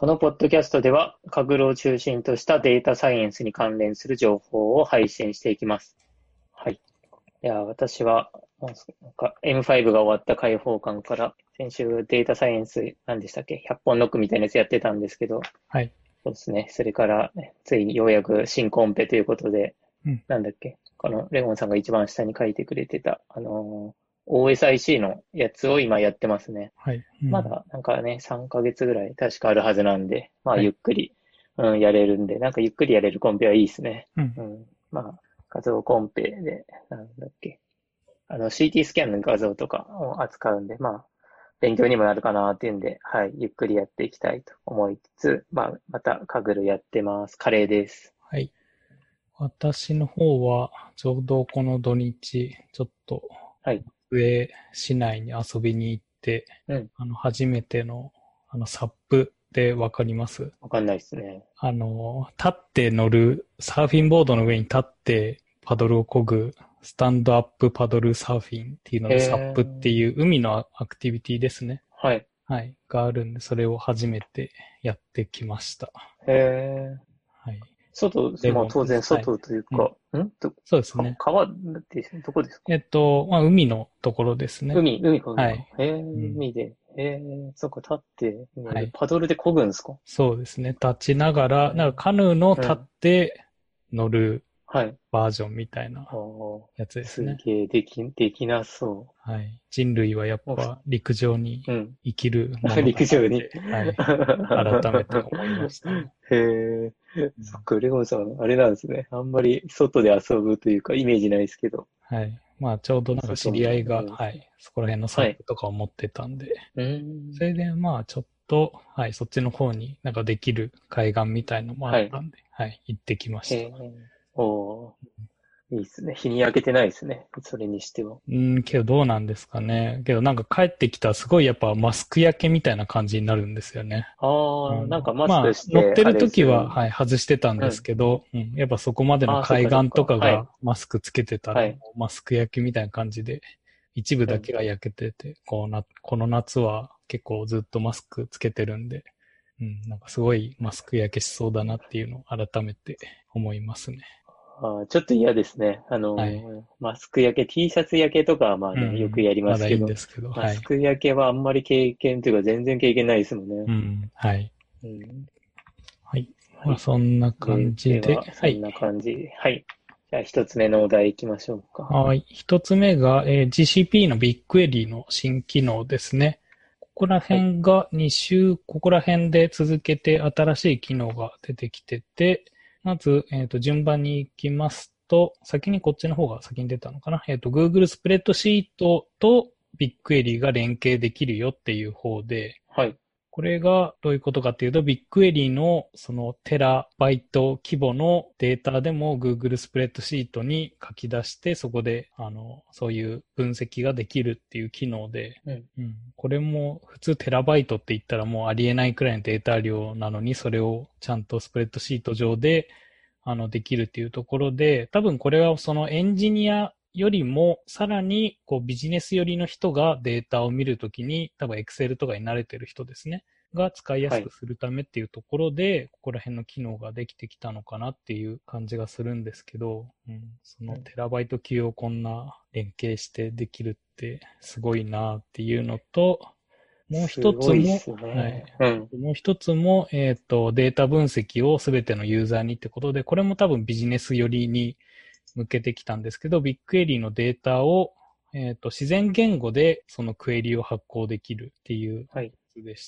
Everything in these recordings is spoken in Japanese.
このポッドキャストでは、カグルを中心としたデータサイエンスに関連する情報を配信していきます。はい。私は、なんか M5 が終わった開放感から、先週データサイエンス、何でしたっけ ?100 本ノックみたいなやつやってたんですけど、 はい。 そうですね。それから、ついにようやく新コンペということで、 うん。 なんだっけこのレゴンさんが一番下に書いてくれてた、OSIC のやつを今やってますね。 はい。うん。 まだなんかね、3ヶ月ぐらい確かあるはずなんで、まあはい。 ゆっくり、やれるんで、なんかゆっくりやれるコンペはいいですね。 うん。 まあ、画像コンペで、なんだっけ、CT スキャンの画像とかを扱うんで、まあ、勉強にもなるかなっていうんで、はい、ゆっくりやっていきたいと思いつつ、まあ、またカグルやってます。カレーです。 はい。私の方は、ちょうどこの土日、ちょっと、 はい。 上市内に遊びに行って、 うん。 初めての、サップでわかります？ わかんないですね。 立って乗る、サーフィンボードの上に立ってパドルを漕ぐ、スタンドアップパドルサーフィンっていうのへで、サップってー。 いう海のアクティビティですね。 はい。 はい。があるんで、それを初めてやってきました。 へー。 はい。 外、 レまあ当然ゴンです。はい。 外といううん。 か、 そうですね。 川ってどこですか？ まあ、海のところですね。 海漕ぐんか。 はい。 へえ、 うん。 海で。へえ、そっか、立って乗る。 はい。 パドルで漕ぐんすか？ そうですね。立ちながら、なんへえ、 かカヌーの立っうん。 て乗るはい。 バージョンみたいなああ、 やつですね。 すげえ、できなそはい。人類はやっう。もうぱ陸上にうん。 生きるものだ陸上に。 なって、はい。改めて思いましたね。 へえ、 うん。 そっか、レゴンさん、あれなんですね。あんまり外で遊ぶというか、イメージないですけど。 はい。まあ、ちょうどなんか知外もり合いが、 やるんですね。 はい。そこら辺のサッはい。 プとかを持ってたんで、 うーん。 それでまあちょっと、はい、そっちの方になんかできる海岸みたいのもあっはい。 たんで、はい、行ってきました。 へえ、おー、いいですね。日に焼けてないですね。それにしては。 けどどうなんですかね。けどなんか帰ってきたらすごいやっぱマスク焼けみたいな感じになるんですよね。 ああ、なんかマスクまあ、 して、 乗ってるあれす時は、 る。 はい、外してたんうん。 ですけど、うん、やっぱそこまでのああ、そっ海かそっか。 岸とかはい。 がマスクつけてたらもはい。 うマスク焼けみたいな感じで、一部うん。 だけが焼けてて、この夏は結構ずっとマスクつけてるんで、うん、なんかすごいマスク焼けしそうだなっていうのを改めて思いますね。 ああ、ちょっと嫌ですね。 はい。 マスク焼け、T シャツ焼けとかはまあね、よくうん、 やりままだいいんすけど、 ですけど、 マはい。 スク焼けはあんまり経験というか全然経験ないですもんね。 うん、はい。 うん。 はい。まあ、 はい。 そんな感じで、 では、 はい。 そんな感じで。はい。じゃあ一つ目のお題行きましょうか。 はい。一つ目が、GCP のビッグエリーの新機能ですね。ここらはい。 辺がここら辺で続けて新しい機能が出てきてて、まず、順番に行きますと、先にこっちの方が先に出たのかな。Google スプレッドシートとビッグエリーが連携できるよっていう方で、 はい。 これがどういうことかっていうと、ビッグエリーのそのテラバイト規模のデータでも Google スプレッドシートに書き出して、そこで、そういう分析ができるっていう機能で、 うん。 うん、これも普通テラバイトって言ったらもうありえないくらいのデータ量なのに、それをちゃんとスプレッドシート上でできるっていうところで、多分これはそのエンジニアよりも、さらにこうビジネス寄りの人がデータを見るときに、多分 Excel とかに慣れてる人ですね。が使いやはい。 すくするためっていうところで、ここら辺の機能ができてきたのかなっていう感じがするんですけど、うん、そのうん。 テラバイト級をこんな連携してできるってすごいなっていうのと、もうす一つも、 ごいっすはい。 ね。うん。 もう一つも、データ分析をすべてのユーザーにってことで、これも多分ビジネス寄りに向けてきたんですけど、ビッグエリーのデータを、自然言語でそのクエリを発行できるっていうはい。 やつでして、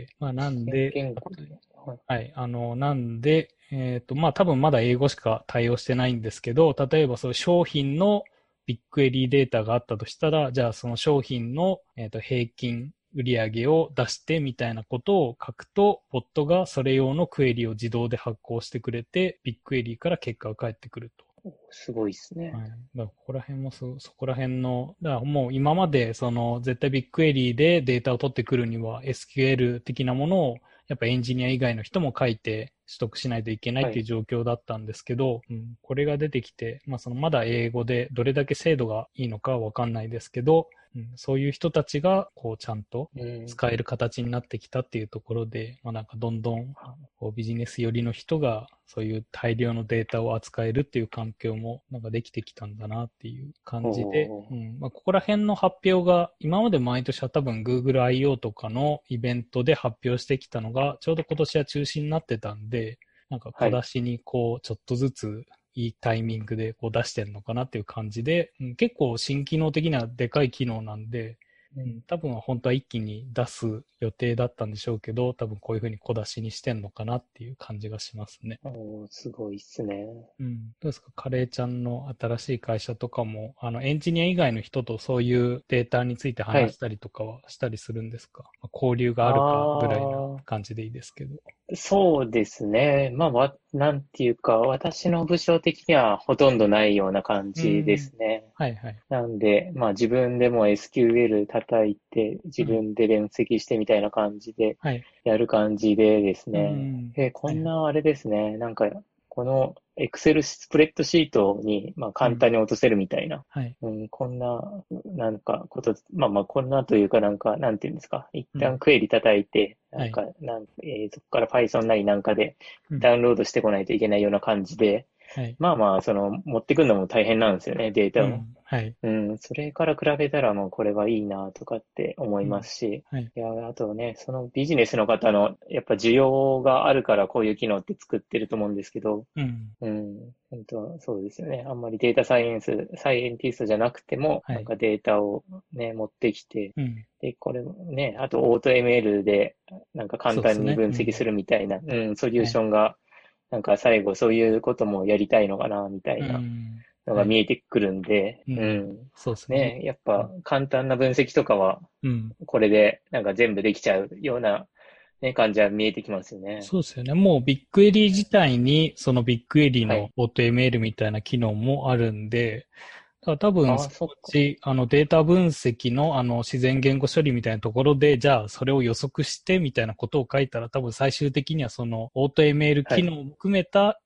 まあなんで、 言語で。はい。 はい、なんで、まあ多分まだ英語しか対応してないんですけど、例えばそういう商品のビッグエリーデータがあったとしたら、じゃあその商品の、平均売上を出してみたいなことを書くと、ボットがそれ用のクエリを自動で発行してくれて、ビッグエリーから結果が返ってくると。 すごいっすね。 はい。だからここら辺もそこら辺の、だからもう今までその絶対ビッグエリーでデータを取ってくるには SQL 的なものをやっぱエンジニア以外の人も書いて取得しないといけないっはい。 ていう状況だったんですけど、うん、これが出てきて、まあそのまだ英語でどれだけ精度がいいのかはわかんないですけど、 そういう人たちが、こう、ちゃんとうん。 使える形になってきたっていうところで、まあなんかどんどんこうビジネス寄りの人がそういう大量のデータを扱えるっていう環境もなんかできてきたんだなっていう感じで、 おまあ、ここら辺の発表が今まで毎年は多分 Google I.O. とかのイベントで発表してきたのがちょうど今年は中止になってたんで、なんか小出しにこうちょっとずついいタイミングでこう出してるのかなっていう感じで、結構新機能的にはでかい機能なんで、多分本当は一気に出す予定だったんでしょうけど、多分こういう風に小出しにしてんのかなっていう感じがしますね。 すごいっすね。 どうですか、カレーちゃんの新しい会社とかも、エンジニア以外の人とそういうデータについてはい。 話したりとかはしたりするんですか？交流があるかぐらいなあ感じでいいですけど。 そうですね。まあ、なんていうか、私の部署的にはほとんどないような感じでうん。 すね。 はいはい。 なんで、まあ自分でも SQL 叩いて、自うん。 分で分析してみたいな感じではい。 やる感じでですうね。 ん。 こはいはい。 んなあれですね。なんか、この Excel スプレッドシートに、まあうん。 簡単に落とせるみたいな。 はい。 こんな、なんかこと、まあまあこんなというかなんか、なんていうんですか。一うん。 旦クエリ叩いて、 はい。 そこから Python なりなんかでうん。 ダウンロードしてこないといけないような感じで、 はい。 まあまあ、持ってくるのも大変なんですよね、データを。 うん。はい。 それから比べたらもうこれはいいなとかって思いうん。 ますし、 はい。 いや、あとね、そのビジネスの方のやっぱ需要があるからこういう機能って作ってると思うんですけど、 うん。 本当はそうですよね。あんまりデータサイエンティストじゃなくても、 はい。 なんかデータをね、持ってきて、 うん。 で、これもね、あとオート ML でなんか簡単にそうですね。うん。 分析するみたいな、ソリューはい。 ションが、なんか最後そういうこともやりたいのかな、みたういなん。 のはい。 が見えてくるんで、 うん。そうですね。 ね、やっぱ簡単な分析とかは、 うん。 これでなんか全部できちゃうような、ね、感じは見えてきますよね。 そうですよね。もうビッグエリ自体に、そのビッグエリはい。 のオート ML みたいな機能もあるんで、だから多分、 ああ、 そそっか。 のうち、データ分析の、自然言語処理みたいなところで、じゃあ、それを予測してみたいなことを書いたら、多分最終的にはその、オート ML はい。 機能を含めた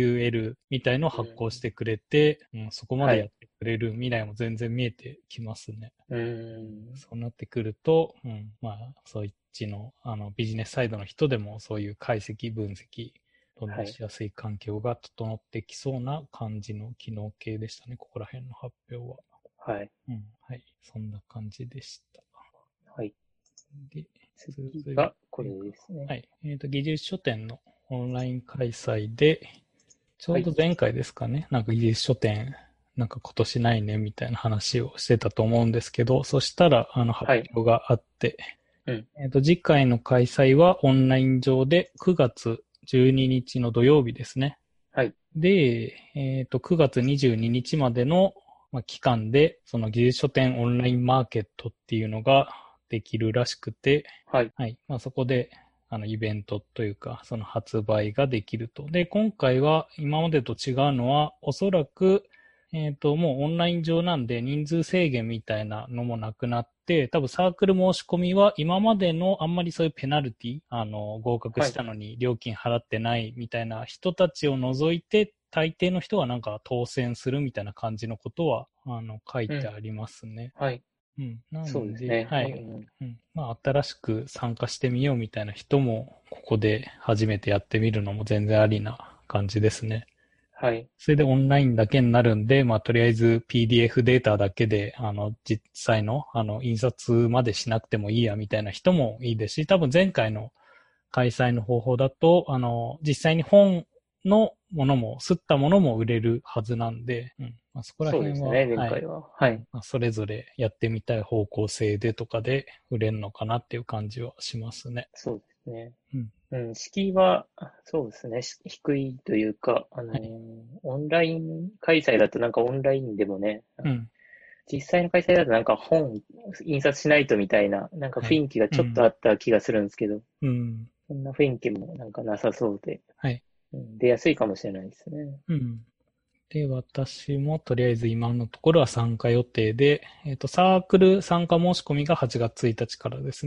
SQL みたいのを発行してくれて、そこまでやっはい。 てくれる未来も全然見えてきますね。 うーん。 そうなってくると、まあ、そういっちの、ビジネスサイドの人でも、そういう解析、分析、どんどはい。 んしやすい環境が整ってきそうな感じの機能系でしたね、ここら辺の発表は。 はい。 はい。そんな感じでした。 はい。 で、続い次がこれてですね。 はい。技術書店のオンライン開催で、ちょはい。 うど前回ですかね、なんか技術書店、なんか今年ないねみたいな話をしてたと思うんですけど、そしたら、発はい。 表があって、 うん。 次回の開催はオンライン上で9月12日の土曜日ですね。 はい。 で、9月22日までの、期間で、その技術書店オンラインマーケットっていうのができるらしくて、 はい。 はい。そこで、イベントというか、その発売ができると。で、今回は今までと違うのは、おそらく、もうオンライン上なんで人数制限みたいなのもなくなって、多分サークル申し込みは今までのあんまりそういうペナルティ、合格はい。 したのに料金払ってないみたいな人たちを除いて、大抵の人はなんか当選するみたいな感じのことは、書いうん。 てありますね。 はい。 なんで、 そうですね。 はい。まあ、新しく参加してみようみたいな人も、ここで初めてやってみるのも全然ありな感じですね。 はい。 それでオンラインだけになるんで、まあ、とりあえず PDF データだけで、実際の、印刷までしなくてもいいやみたいな人もいいですし、多分前回の開催の方法だと、実際に本のものも、吸ったものも売れるはずなんで、まあ、そこら辺は、 そうですね。前はい。 回は。はい。 まあ、それぞれやってみたい方向性でとかで売れるのかなっていう感じはしますね。 そうですね。 うん。 敷居は、そうですね。低いというか、 はい。 オンライン開催だとなんかオンラインでもね、 うん。 実際の開催だとなんか本印刷しないとみたいな、なんかはい。 雰囲気がちょっとあうん。 った気がするんですけど、 うん。 そんな雰囲気もなんかなさそうで、 はい。 出やすいかもしれないですね。 うん。で、私もとりあえず今のところは参加予定で、サークル参加申し込みが8月1日からですね。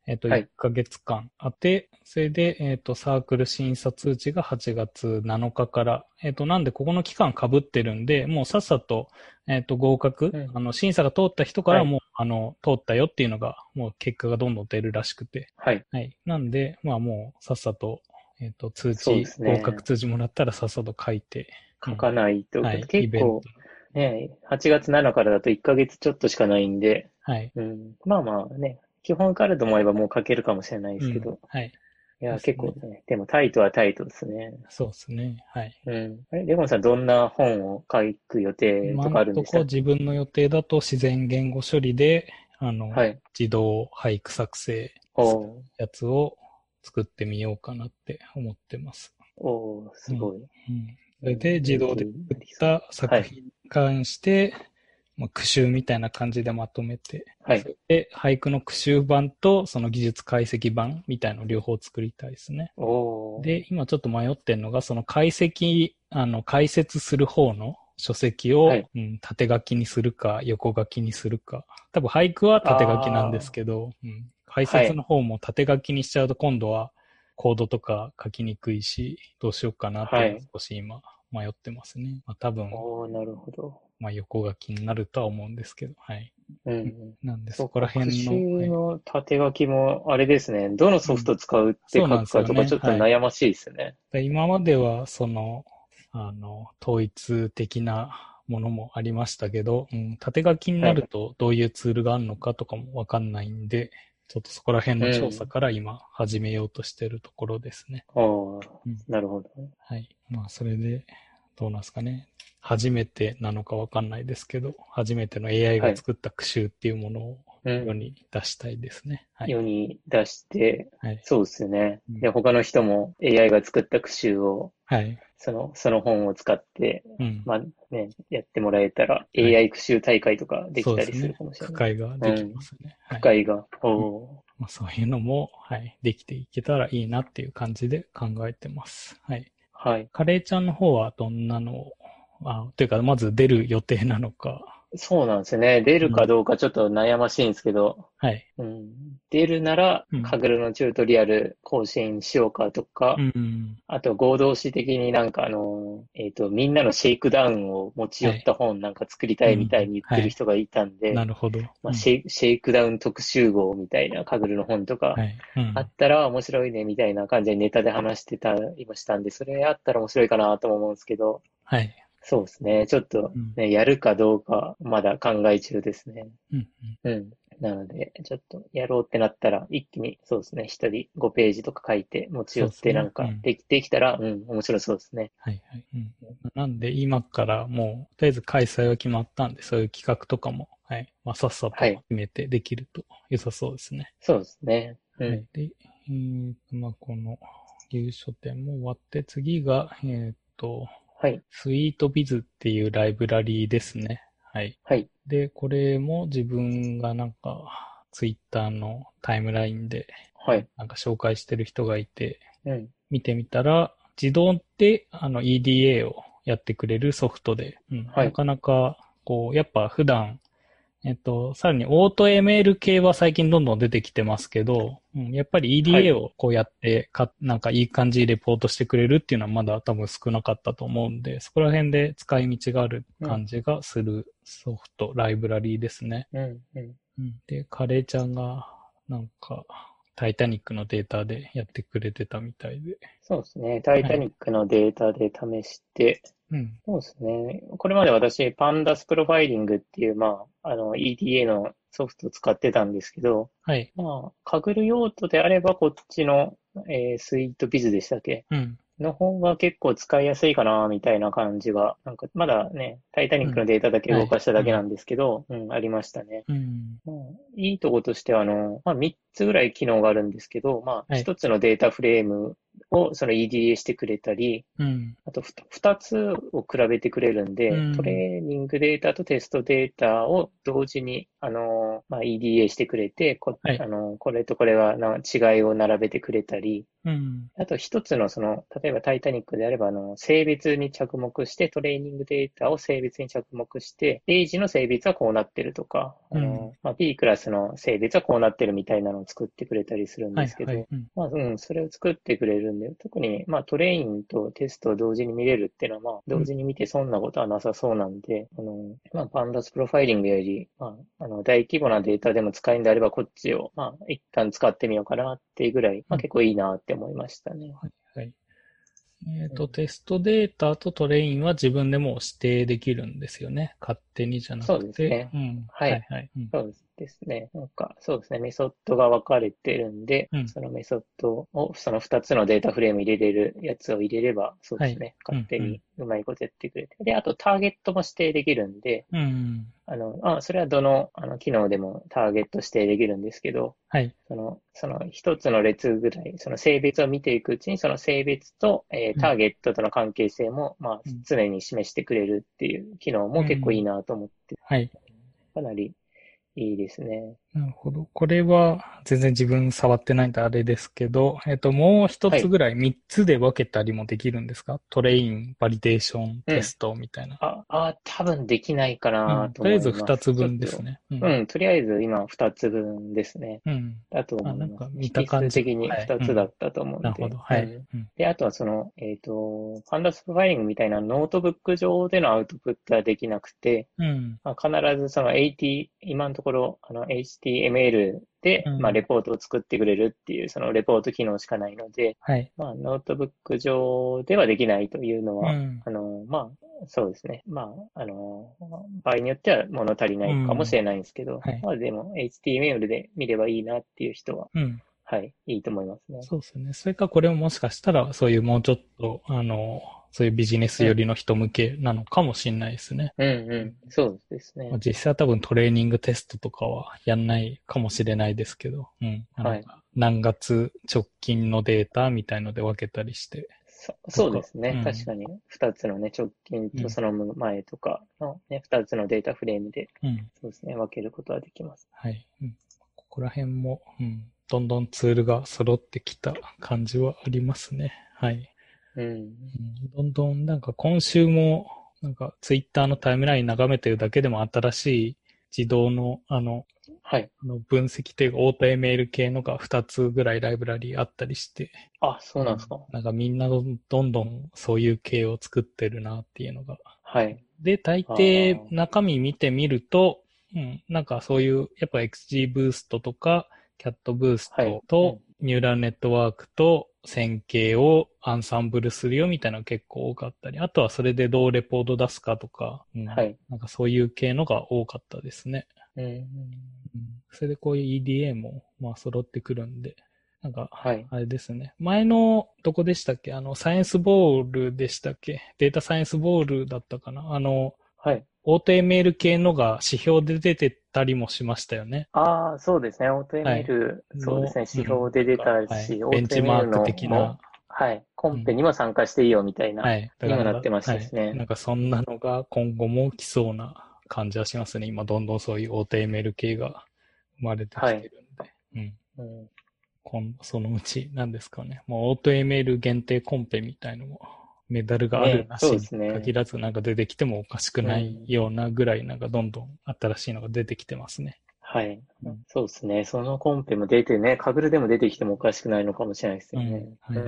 はい。 1ヶ月間あって、それで、サークル審査通知が8月7日から、なんでここの期間被ってるんで、もうさっさと、合格、 うん。 審査が通った人かはい。 らもう、通ったよっていうのが、もう結果がどんどん出るらしくて。 はい。 はい。なんで、まあもう、さっさと、通そうで知、合格すね。 通知もらったらさっさと書いて、う書ん。 かないと、 はい。イベント。 結構、ね、8月7からだと1ヶ月ちょっとしかないんで、 はい。 うん。まあまあね、基本受かると思えばもう書けるかもしれないでうん。 すけど、 はい。 いや、 ですね。 結構ね、でもタイトはタイトですね。 そうですね。はい。 うん。レゴンさんどんな本を書く予定と今かあるんんとこでしたっけ？ 自分の予定だと自然言語処理で、 はい。 自動俳句作成するおー、 やつを作ってみようかなって思ってます。 おー、 うん。 すごい。 うん。それでうん、 自動で勉強に作っなりそう。 たはい。 作品に関して、まあ、句集みたいな感じでまとめて、 はい。 それで俳句の句集版とその技術解析版みたいのを両方作りたいですね。 おー、 で、今ちょっと迷ってるのが、その解析、解説する方の書籍を、 はい。 縦書きにするか、横書きにするか。多分俳句は縦書きなんですあけど、解はい。 説の方も縦書きにしちゃうと今度はコードとか書きにくいし、どうしようかなっていうのをはい。 少し今迷ってますね。まあ多分、 おー、なるほど。 まあ横書きになるとは思うんですけど、はい。 うん。 なんでそこらそうか、句集辺の、はい。 の縦書きも、あれですね。どのソフうん。 ト使うってそうなん書くかとか、ちですよね。 ょっとはい。 悩ましいですね。 で今までは、統一的なものもありましたけど、縦書きにはい。 なるとどういうツールがあるのかとかもわかんないんで、ちょっとそこら辺の調査うん。 から今始めようとしてるところですね。 おー、 うん。 なるほど。 はい。まあ、それで、どうなんですかね。初めてなのかわかんないですけど、初めての AI がはい。 作った句集っていうものを世うん。 に出したいですね。はい。 世に出して、 はい。 そうですよね。 うん。 で、他の人も AI が作った句集を、 はい。 その本を使って、 うん。 まあね、やってもらえたらはい。 AI 句集大会とかできたりするそうですね。 かもしれない。 区会ができまうん。 すね。はい。 区会が、 うん。 おー、 まあ、そういうのも、はい、できていけたらいいなっていう感じで考えてます。はい。 はい。 カレーちゃんの方はどんなのを、というか、まず出る予定なのか。 そうなんですよね。出るかうん。 どうかちょっと悩ましいんですけど、 はい。 うん。出るなら、 うん。 カグルのチュートリアル更新しようかとか、 うん。 あと合同誌的になんかみんなのシェイクダウンを持ち寄はい。 った本なんか作りたいみたいうん。 に言っはい。 てる人がいたんで、 なるほど。 まあ、 うん。 シェイクダウン特集号みたいなカグルの本とかはい。うん。 あったら面白いねみたいな感じでネタで話してたりましたんで、それあったら面白いかなとも思うんですけど、 はい。 そうですね。ちょっとうん。 ね、やるかどうかまだ考え中ですね。 うん。 うん。なので、ちょっとやろうってなったら、一気に、そうですね、一人5ページとか書いて持ち寄ってなんそうですね。うん。 かできたら、うん、面白そうですね。 はい。はい。うん。なんで、今からもう、とりあえず開催は決まったんで、そういう企画とかも、はい。まあ、さっさとはい。 決めてできると良さそうですね。 そうですね。うはい。 ん。 で、まあ、この、優書店も終わって、次が、 はい。 スイートビズっていうライブラリーですね。はい。 はい。 で、これも自分がなんか、ツイッターのタイムラインで、 はい。 なんか紹介してる人がいて、 うん。 見てみたら、自動でEDA をやってくれるソフトで、 はい。 なかなか、こう、やっぱ普段、さらにオート ML 系は最近どんどん出てきてますけど、やっぱりは EDA い。 をこうやってなんかいい感じにレポートしてくれるっていうのはまだ多分少なかったと思うんで、そこら辺で使い道があるうん。 感じがするソフト、ライブラリーですね。 うん。うん。 で、カレーちゃんが、なんか、タイタニックのデータでやってくれてたみたいで。 そうですね。タイはい。 タニックのデータで試して、 うん。 そうですね。これまで私、パンダスプロファイリングっていう、まあ、EDA のソフトを使ってたんですけど、 はい。 まあ、かぐる用途であれば、こっちの、スイートビズでしたっけうん。 の方が結構使いやすいかな、みたいな感じが、なんか、まだね、タイタニックのうん。 データだけはい。 動かしたうん。 だけなんですけど、うん、ありましたね。 うん。 まあ、いいとことしては、まあ、3つぐらい機能があるんですけど、まあ、 はい。 1つのデータフレームをその EDA してくれたり、 うん。 あと2つを比べてくれるんうで、トん。 レーニングデータとテストデータを同時に、まあ、EDA してくれて、 はい。 これとこれは違いを並べてくれたり、 うん。 あと一つの例えばタイタニックであれば、性別に着目して、トレーニングデータを性別に着目して、レイジの性別はこうなってるとか、 うん。 B クラスの性別はこうなってるみたいなのを作ってくれたりするんはいはい。 ですけど、 うん。 それを作ってくれるんで、特に、トレインとテストを同時に見れるっていうのは、 うん。 同時に見て損なことはなさそうなんで、パンダスプロファイリングより、大規模なデータでも使えるんであれば、こっちを、一旦使ってみようかなっていうぐらい、 うん。 結構いいなって思いましたね。 はいはい。 うん、 テストデータとトレインは自分でも指定できるんですよね。勝手にじゃなそうくて。 ですね。 うん。 はい。 はいはい。うん。 そうですね。そうですね。メソッドが分かれてるんで、 うん。 そのメソッドを、その2つのデータフレーム入れれるやつを入れれば、そうではい。 すね。 うん。 勝手うん。 にうまいことやってくれて。で、あとターゲットも指定できるんで、 うん。 それはどの、機能でもターゲット指定できるんですけど、 はい。 その一つの列ぐらい、その性別を見ていくうちに、その性別と、 うん。 ターゲットとの関係性も、 うん。 常に示してくれるっていう機能うも結構いいん。 なと思って、 はい。 かなりいいですね。 なるほど。これは全然自分触ってないんであれですけど、もう一はい。 つぐらい三つで分けたりもできるんですか？トレイン、バリデーション、 うん。 テストみたいな。 多分できないかなうん。 ととりあえず思います。 二つちょっと、 分ですね。うん。 とりあえず今2つ分ですね。 うん。 だとあ、 思いますね。 なんか見た引数感じは。 的にはい。 2つだうん。 ったと思うんで。 なるほど。はい。うん。 で、あとはパンダスプロファイリングみたいなノートブック上でのアウトプットはできなくて、 うん。 必ず今のところ、HTML で、レうん。 ポートを作ってくれるっていう、そのレポート機能しかないので、 はい。 ノートブック上ではできないというのは、 うん。 そうですね。場合によっては物足りなういかもしれん。 ないんですけど、 はい。 でも HTML で見ればいいなっていう人は、 うん。 はい、いいと思いますね。 そうですね。それかこれももしかしたら、そういうもうちょっと、そういうビジネスうん、 寄りの人向けなのかもしれないですね。 うん、うん、そうですね。 まあ、実際は多分トレーニングテストとかはやんないかもしれないですけど、うん。なんはい。 か、何月直近のデータみたいので分けたりして、とそうでか、 すね。確うん。 かに、二つのね、直近うん。 とその前とかのね、二つのデータフレームで、 うん。 そうですね、分けることはできます。 はい。うん。ここら辺も、うん。どんどんツールが揃ってきた感じはありますね。はい。 うん。 うん、どんどん、なんか今週も、なんかツイッターのタイムライン眺めてるだけでも新しい自動のはい。 分析というか、オート ML 系のが2つぐらいライブラリあったりして、 そううん、 なんですか。 なんかみんなどんどんそういう系を作ってるなっていうのが。 はい。 で、大あ抵あ、 中身見てみると、うん、なんかそういう、やっぱ XG ブーストとか、キャットブースはい。 トと、 うん。 ニューラルネットワークと線形をアンサンブルするよみたいなのが結構多かったり、あとはそれでどうレポート出すかとか、うん、 はい。 なんかそういう系のが多かったですね。 うん。 うん、それでこういう EDA もまあ揃ってくるんで、なんか、 はい。 あれですね。前の、どこでしたっけ？サイエンスボールでしたっけ？データサイエンスボールだったかな？ はい。 オート ML 系のが指標で出てたりもしましたよね。 そうですね。オートはい。 ML、そうですね。 うん、 指標で出なんか、はい。 たし、オートベンチマー ML クのも、 的な、 はい。コうん。 ンペにも参加していいよみたいな、 はい。だにからなんか、 もなってましはい。 たしね。 なんかそんなのが今後も来そうな感じはしますね。今どんどんそういうオート ML 系が生まれてきはい。 てるんで。うん。 うん。 そのうち、なんですかね。もうオート ML 限定コンペみたいのも、メダルがあるね、そうでなしにすね。 限らずなんか出てきてもおかしくないうん。 ようなぐらいなんかどんどん新しいのが出てきてますね。 はい。 うん。 そうですね。そのコンペも出てね、カグルでも出てきてもおかしくないのかもしれないですうん。 よね。 はい。 うん。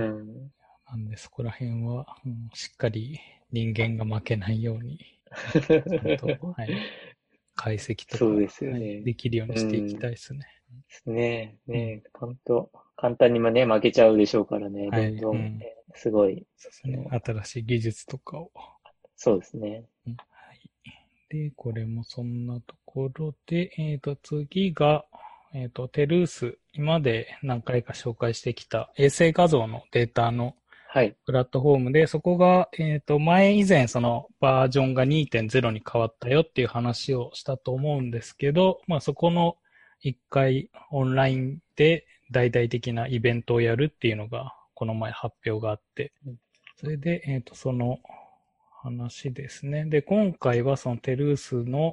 なんでそこら辺は、うん、しっかり人間が負けないように、ちゃんと、はい。解析とか、 そうですよはい。 ね。 できるようにうしていきたん。 いですね。うん。 簡単にもね、負けちゃうでしょうからね。 はい。 どんどん、 うん。 すごい、 そうですね。新しい技術とかを。 そうですね。 うん。はい。で、これもそんなところで、次が、テルース、今まで何回か紹介してきた衛星画像のデータのはい。 プラットフォームで、そこが、以前そのバージョンが2.0に変わったよっていう話をしたと思うんですけど、まあそこの一回オンラインで大々的なイベントをやるっていうのが、この前発表があって、それで、その話ですね。で、今回はそのテルースの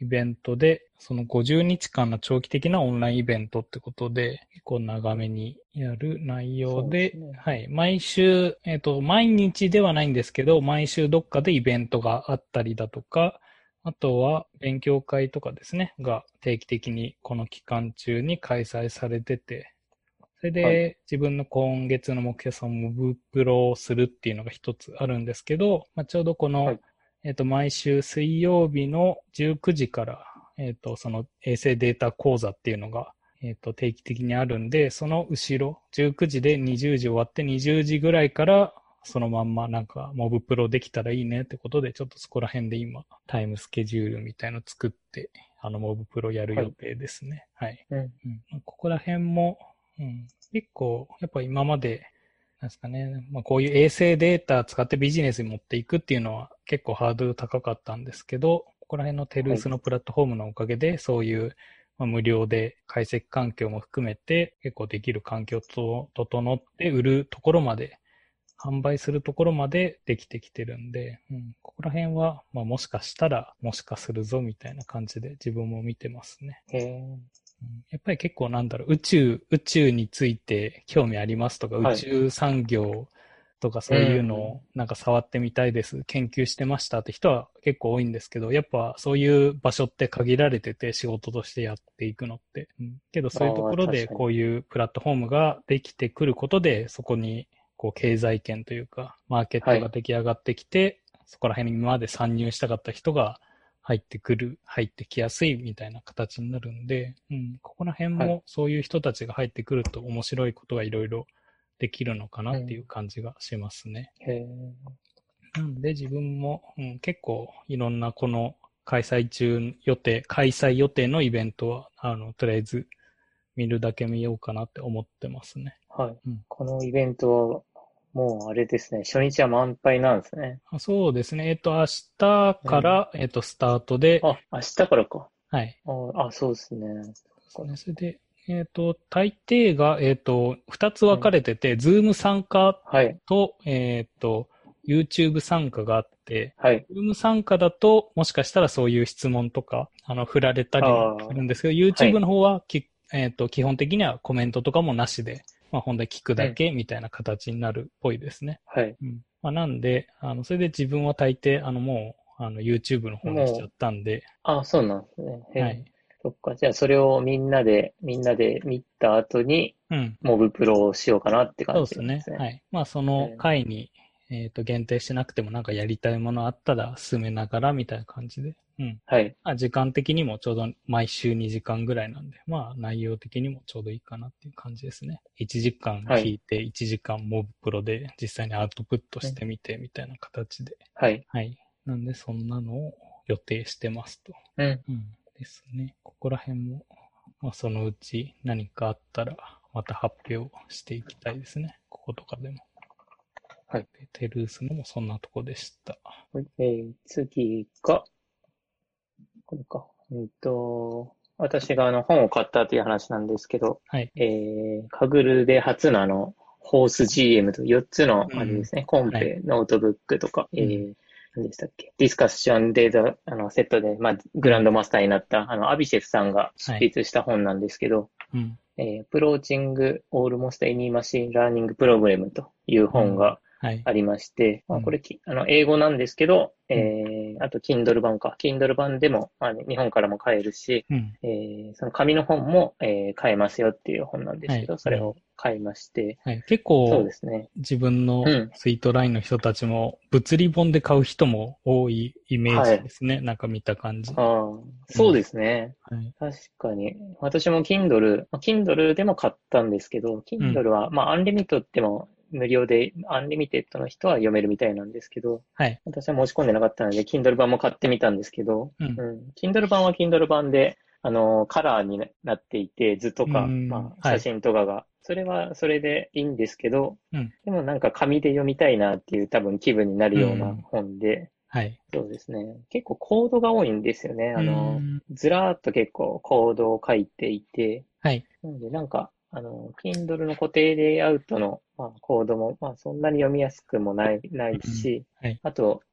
イベントで、その50日間の長期的なオンラインイベントってことで、結構長めにやる内容で、 そうですね。 はい。毎週、毎日ではないんですけど、毎週どっかでイベントがあったりだとか、あとは勉強会とかですね、が定期的にこの期間中に開催されてて、それはい。 で自分の今月の目標、そのモブプロをするっていうのが一つあるんですけど、ちょうどこの、 はい。 毎週水曜日の19時から、その衛星データ講座っていうのが、定期的にあるんで、その後ろ、19時で20時終わって20時ぐらいから、そのまんまなんかモブプロできたらいいねってことで、ちょっとそこら辺で今、タイムスケジュールみたいの作って、モブプロやるはい。 予定ですね。はい。 うん。 ここら辺も、結構、やっぱ今まで、なんですかね、こういう衛星データ使ってビジネスに持っていくっていうのは結構ハードル高かったんですけど、ここら辺のテルーはい。 スのプラットフォームのおかげで、そういう、無料で解析環境も含めて結構できる環境と整って売るところまで、販売するところまでできてきてるんで、ここら辺は、もしかしたら、もしかするぞみたいな感じで自分も見てますね。 へえ。 やっぱり結構なんだろう、宇宙について興味ありますとか、宇はい。 宙産業とかうそういうのをん。 なんか触ってみたいです、研究してましたって人は結構多いんですけど、やっぱそういう場所って限られてて仕事としてやっていくのって。けどそういうとああ、 ころで確かに。 こういうプラットフォームができてくることで、そこにこう経済圏というか、マーケットがはい。 出来上がってきて、そこら辺に今まで参入したかった人が入ってきやすいみたいな形になるんで、ここら辺はい。 もそういう人たちが入ってくると面白いことがいろいろできるのかなっていううん。 感じがしますね。 へえ。 なんで自分も、結構いろんなこの開催予定のイベントは、とりあえず見るだけ見ようかなって思ってますね。 はい。 うん。 このイベントは、もうあれですね。初日は満杯なんですね。 そうですね。明日うん。 から、スタートで、 あ、明日からか。 はい。 そうですね。そっか。 それで、大抵が、二つ分かうん。 れてて、ズーム参加はい。 と、YouTube 参加があって、 はい。 ズーム参加だと、もしかしたらそういう質問とか、振られたありもするあ、 んですけど、 は YouTube い。 の方は基本的にはコメントとかもなしで、本題聞くうん。 だけみたいな形になるっぽいですね。 はい。 なんで、それで自分は大抵、もう、YouTube の方にしちゃっもう、 たんで、 そうなんですね。へえ。 はい。 そっか。じゃあ、それをみんなで見た後に、 うん。 モブプロをしようかなって感じそうですね。 なんですね。 はい。そのへえ。 回に、限定しなくてもなんかやりたいものあったら進めながらみたいな感じで。 はい。 時間的にもちょうど毎週2時間ぐらいなんで、内容的にもちょうどいいかなっていう感じですね。1時間はい。 聞いて、1時間モブプロで実際にアウトプットうん。 してみてみたいな形で。 はい。 はい。なんでそんなのを予定してますと。 うん。 ですね。ここら辺も、そのうち何かあったらまた発表していきたいですね。こことかでも。 はい。 でテルースのもそんなとこでした。 次が、これか。私が本を買ったっていう話なんですけど、 はい。 カグルで初のホース GM と4つの、 うん。 あれですね、コンはい。 ペ、ノートブックとか、 うん。 何でしたっけ、ディスカッションデータ、セットで、グランうん。 ドマスターになった、アビシェフさんが執はい。 筆した本なんですけど、 うん。 プローチングオールモストエニーマシンラーニングプログラムといううん。 本がはい。 ありまして、 うん。 これ英語なんですけど、 うん。 あと Kindle 版か。Kindle 版でも、日本からも買えるし、 うん。 その紙の本も、買えますよっていう本なんではい。 すけど、そうん。 れを買いまして、 はい。結そう構、 ですね。 自分のうん。 スイートラインの人たちも、物理本で買う人も多いイメーはい。 ジですね。なんか見た感じ。 そううん。 ですね。 はい。 確かに。私も Kindle でも買ったんですけど、 うん。 Kindle は、アンリミットでも無料で、アンリミテッドの人は読めるみたいなんですけど、 はい。 私は申し込んでなかったので、Kindle 版も買ってみたんですけど、 うん。 Kindle 版は Kindle 版で、カラーになっていて、図とうか、 ん。はい。 写真とかが、それはそれでいいんですけど、 うん。 でもなんか紙で読みたいなっていう多分気分になるようなうん。 本で、 はい。 そうですね。結構コードが多いんですよね。 うん。 ずらーっと結構コードを書いていて、 はい。 なのでなんか、Kindle の固定レイアウトの、コードも、そんなに読みやすくもないうん。 し、 はい。 あと、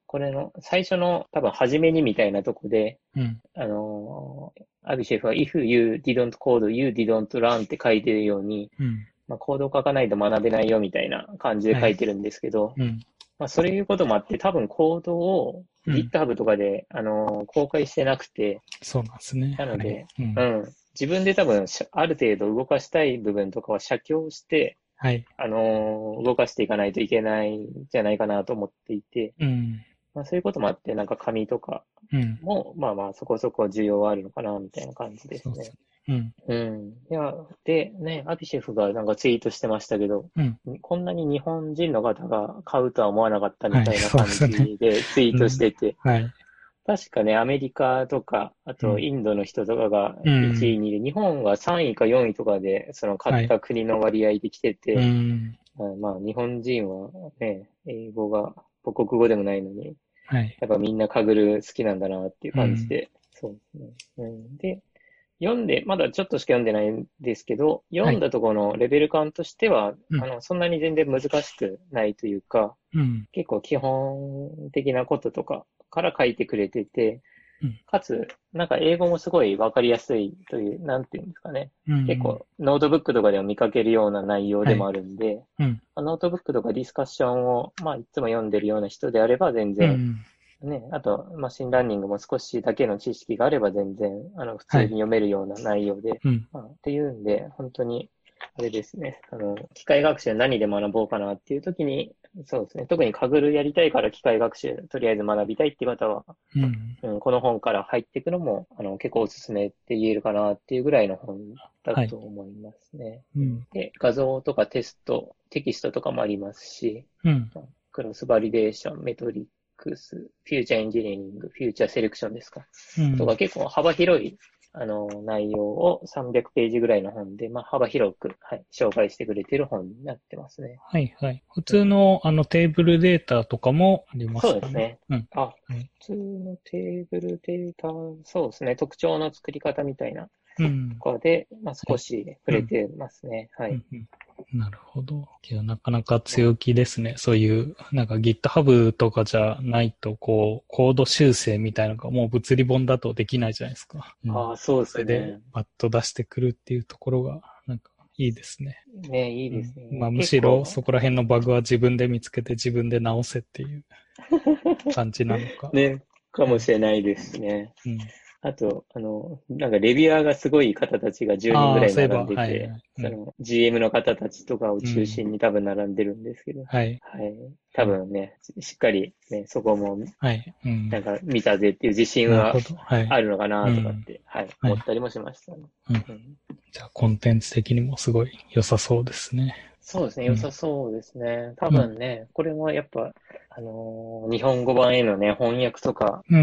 これの最初の多分初めにみたいなとこで、 うん。 アビシェフは If you didn't code, you didn't learn って書いてるように、 うん。 まあ、コードを書かないと学べないよみたいな感じではい。 書いてるんですけど、 うん。 まあ、そういうこともあって、多分コードをうん。 GitHub とかで、公開してなくて、 そうなんですね。はい。 なので、 うん。 うん、自分で多分、ある程度動かしたい部分とかは写経して、 はい。 動かしていかないといけないんじゃないかなと思っていて、 うん。 まあ、そういうこともあって、なんか紙とかうん。 も、まあまあ、そこそこ需要はあるのかな、みたいな感じですね。 そうですね。うん。 うん。いや、で、ね、アビシェフがなんかツイートしてましたけど、 うん。 こんなに日本人の方が買うとは思わなかったみはい。 たいなそうで感すね。 じでツイーうん。 トしてて、 はい。 確かね、アメリカとか、あうん。 とインドの人とかがう 1位、 ん。 2位で、日本が3位か4位とかで、その買っはい。 た国の割合で来てうて、 ん。 まあ日本人はね、英語が母国語でもないのに、 はい。 やっぱみんなカグル好きなんだなっていううん。 感じで、そうですね。うん、で、まだちょっとしか読んでないんですけど、 はい。 読んだところのレベル感としては、 うん。 そんなに全然難しくないというか、 うん。 結構基本的なこととかから書いてくれてて、 うん。 かつ、なんか英語もすごいわかりやすいという、なんていうんですかね。 うん。 結構、ノートブックとかでも見かけるような内容はい。 でもあるんで、 うん。 ノートブックとかディスカッションを、まあ、いつも読んでるような人であれば全然、 うん。 ね、あと、マシンラーニングも少しだけの知識があれば全然、普通にはい。 読めるような内容で、 うん。 まあ、っていうんで、本当に、あれですね、機械学習何で学ぼうかなっていう時に、そうですね、特にカグルやりたいから機械学習、とりあえず学びたいっていう方は、 うん。 うん、この本から入っていくのも、結構おすすめって言えるかなっていうぐらいの本だはい。 と思いますね。 うん。 で、画像とかテスト、テキストとかもありますし、 うん。 クロスバリデーション、メトリックス、フューチャーエンジニアリング、フューチャーセレクションですか。 うん。 とか結構幅広い、内容を300ページぐらいの本で、まあ、幅広く、はい、紹介してくれてる本になってますね。 はいはい。普うん、 通のテーブルデータとかもありますかね。 そうですね。 うん。 あ、 はい。 普通のテーブルデータ、そうですね。特徴の作り方みたいなうん。 とかで、まあ、 はい。 少し触うん。 れてますね。はい。 うん。うん。なるほど。いや、なかなか強気ですね。そういう、なんか GitHub とかじゃないと、こう、コード修正みたいなのがもう物理本だとできないじゃないですか。うん。 ああ、そうでそれで、 すね。 パッと出してくるっていうところが、なんか、いいですね。 ね、いいうん。 ですね。 まあ、むしろ結構、 そこら辺のバグは自分で見つけて自分で直せっていう感じなのか。 ね、かもはい。 しれないですね。 うん。 あと、なんかレビュアーがすごい方たちが10人ぐああ、 らい並んそういえば、 でて、 はいはい。うん。 GM の方たちとかを中うん。 心に多分並んでるんですけど、 はい。 はい。 うん。 多分ね、しっかりね、そこもはい。うん。 なんか見たぜっていう自信はなるほど。はい。 あるのかなとかっうん。 て、はい、 はい。 思ったりもしましたね。 うん。 うん、 じゃあ、コンテンツ的にもすごい良さそうですね。 そうですね、 うん。 良さそうですね。多うん。 分ね、これもやっぱ、日本語版へのね、翻訳とか、 うん。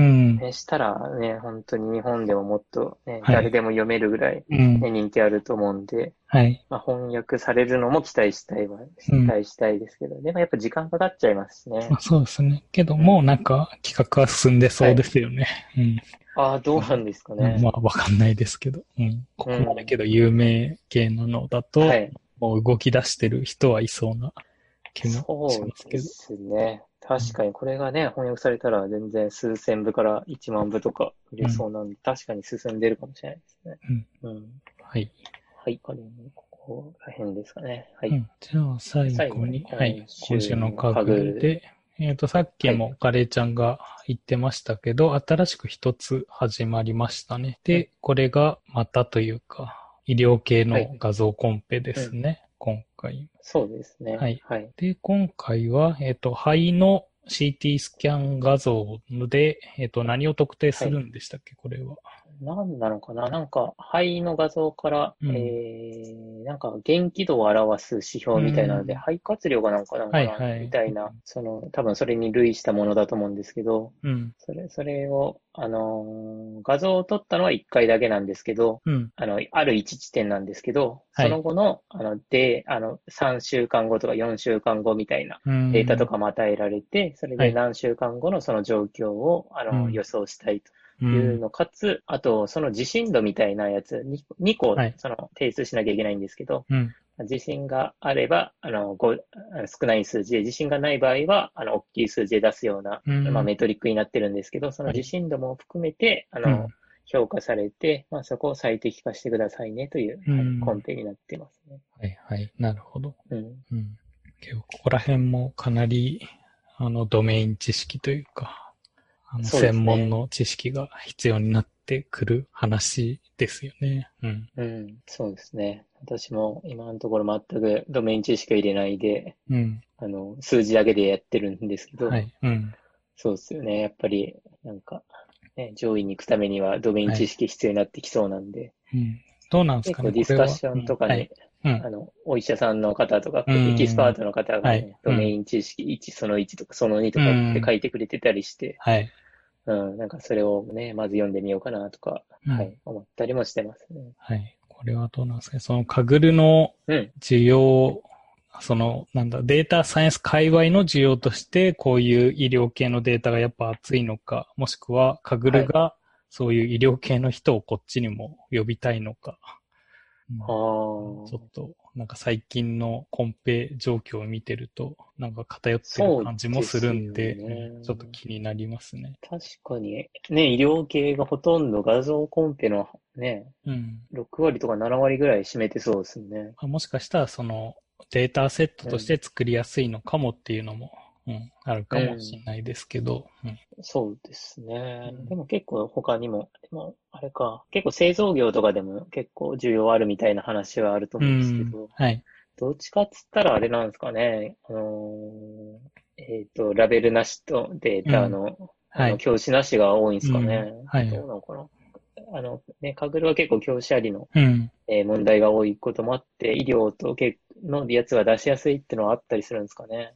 ね、したらね、本当に日本でももっとね、 はい。 誰でも読めるぐらい、ね、 うん。 人気あると思うんで、 はい。 まあ、翻訳されるのもうん。 期待したいですけど、でもやっぱ時間かかっちゃいますしね。 まあ、そうですね。けども、なうん。 んか、企画は進んでそうではい。 すよね。うん。 ああ、どうまあ、 なんですかうん、 ね。 まあ、わかんないですけど。うん。ここまでうん。 けど有名系なのだと、 はい。 もう動き出してる人はいそうな気もしそうでますけど。 すね。確うん。 かにこれがね、翻訳されたら全然数千部から1万部とか売れうん。 そうなんで、確かに進んでるかもしれないですね。 うん。 うん。 はい。 はい。ここら辺ですかね。はい。 うん。じゃあ、最最後、 後に、はい。 今今週のカ週のカグルで、 グル。 さっきはい。 もカレーちゃんが言ってましたけど、新しく一つ始まりましたね。 うん。 で、これがまたというか、医療系はい。 の画像コンペでうん。 すね。今回。 そうですね。 はい。 はい。 で、今回は、肺の CT スキャン画像で、何を特定はい。 するんでしたっけ、これは。 何なのかななんか、肺の画像から、 うん。 なんか、元気度を表す指う標みたいなので、 ん。 肺活量がなんはかないはい。 みたいな、多分それに類したものだと思うんですけど、 うん。 それを、画像を撮ったのは1回だけなんですけど、 うん。 ある一地点なんですけど、そのはい。 後の、3週間後とか4週間後みたいなうデータとん。 かも与えられて、それはい。 で何週間後のその状況を、 うん。 予想したいと。 うん。 いうの、かつ、あと、その地震度みたいなやつ、2個、 はい。 提出しなきゃいけないんですけど、 うん。 自信があれば、少ない数字で、自信がない場合は、大きい数字で出すような、メトリックになってるんですけど、その自信度も含めて、評価されて、そこを最適化してくださいねという、コンペになってますね。 はいはい。なるほど。結構ここら辺もかなり、ドメイン知識というか、専門の知識が必要になってくる話ですよね。 そうですね。私も今のところ全くドメイン知識を入れないで、数字だけでやってるんですけど、そうですよね。やっぱり、上位に行くためにはドメイン知識必要になってきそうなんで、 どうなんですかね。 結構ディスカッションとかに、お医者さんの方とか、エキスパートの方がね、ドメイン知識1、その1とかその2とかって書いてくれてたりして、それをね、まず読んでみようかなとか、思ったりもしてますね。 これはどうなんですかね。そのカグルの需要、データサイエンス界隈の需要として、こういう医療系のデータがやっぱ熱いのか、もしくはカグルがそういう医療系の人をこっちにも呼びたいのか。ちょっと、最近のコンペ状況を見てると、偏ってる感じもするんで、ちょっと気になりますね。 確かに、ね、医療系がほとんど画像コンペのね、6割とか7割ぐらい占めてそうですね。 もしかしたらそのデータセットとして作りやすいのかもっていうのも、あるかもしれないですけど。 そうですね。でも結構他にも、あれか、結構製造業とかでも結構需要あるみたいな話はあると思うんですけど、どっちかっつったらあれなんですかね、ラベルなしとデータの、教師なしが多いんですかね。どうなのかな。カグルは結構教師ありの、問題が多いこともあって、医療とのやつは出しやすいってのはあったりするんですかね。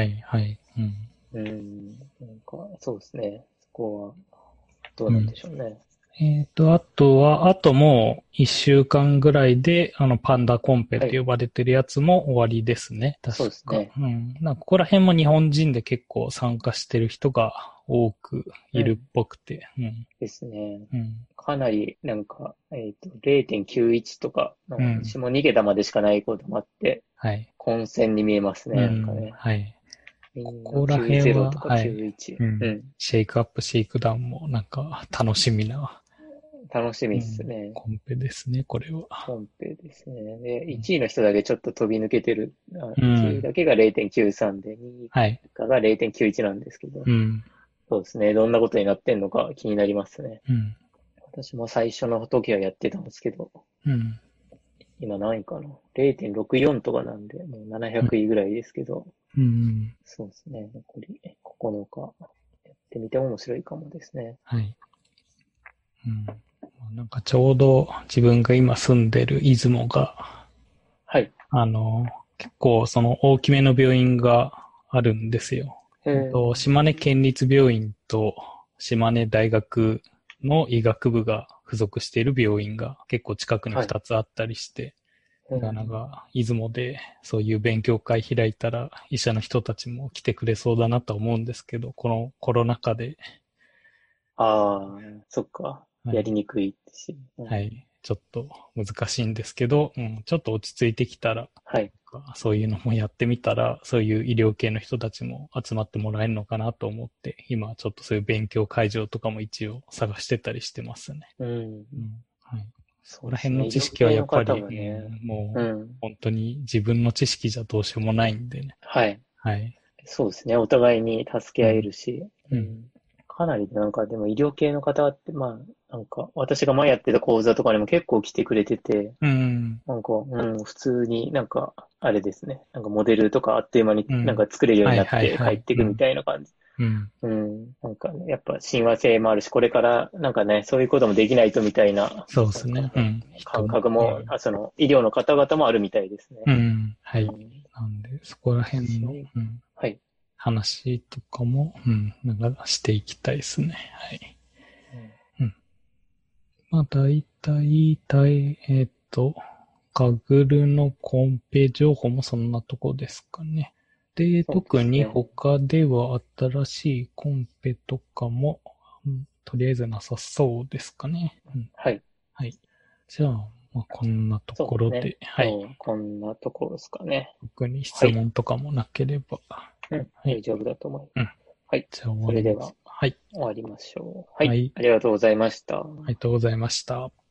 そうですね。そこは、どうなんでしょうね。 あともう一週間ぐらいで、パンダコンペって呼ばれてるやつも終わりですね。確か。そうですね。ここら辺も日本人で結構参加してる人が多くいるっぽくて。 ですね。かなり、0.91 とか、私も2桁までしかないこともあって、混戦に見えますね。 ここら辺は、シェイクアップ、シェイクダウンも楽しみな。 楽しみですね。 コンペですね、これは。 コンペですね。で、1位の人だけちょっと飛び抜けてる。1位だけが 0.93 で、2位が 0.91 なんですけど。そうですね。どんなことになってんのか気になりますね。私も最初の時はやってたんですけど。今何位かな ?0.64 とかなんで、もう700位ぐらいですけど。そうですね。残り9日やってみて面白いかもですね。 ちょうど自分が今住んでる出雲が、結構その大きめの病院があるんですよ。島根県立病院と島根大学の医学部が付属している病院が結構近くに2つあったりして、出雲でそういう勉強会開いたら医者の人たちも来てくれそうだなと思うんですけど、このコロナ禍で。 そっか。やりにくいし。 ちょっと難しいんですけど、ちょっと落ち着いてきたら、そういうのもやってみたら、そういう医療系の人たちも集まってもらえるのかなと思って、今ちょっとそういう勉強会場とかも一応探してたりしてますね。そこら辺の知識はやっぱり、もう本当に自分の知識じゃどうしようもないんでね。 そうですね。お互いに助け合えるし。かなりでも医療系の方って、私が前やってた講座とかにも結構来てくれてて、普通にあれですね。モデルとかあっという間に作れるようになって帰っていくみたいな感じ。やっぱ親和性もあるし、これからそういうこともできないとみたいな。 そうですね。 感覚も、医療の方々もあるみたいですね。 なんで、そこら辺の、話とかも、していきたいですね。大体、カグルのコンペ情報もそんなとこですかね。で、特に他では新しいコンペとかも、とりあえずなさそうですかね。じゃあ、 まあ、こんなとそうころで、 ね。 はい。 そうこんなところですかね。 特に質問とかもなければ、 うん、 はい。 大丈夫だと思います。 うん。 はい。 じゃあ終それではわります。はい。 終わりましょう。はい。 はい。 ありがとうございました。 ありがとうございました。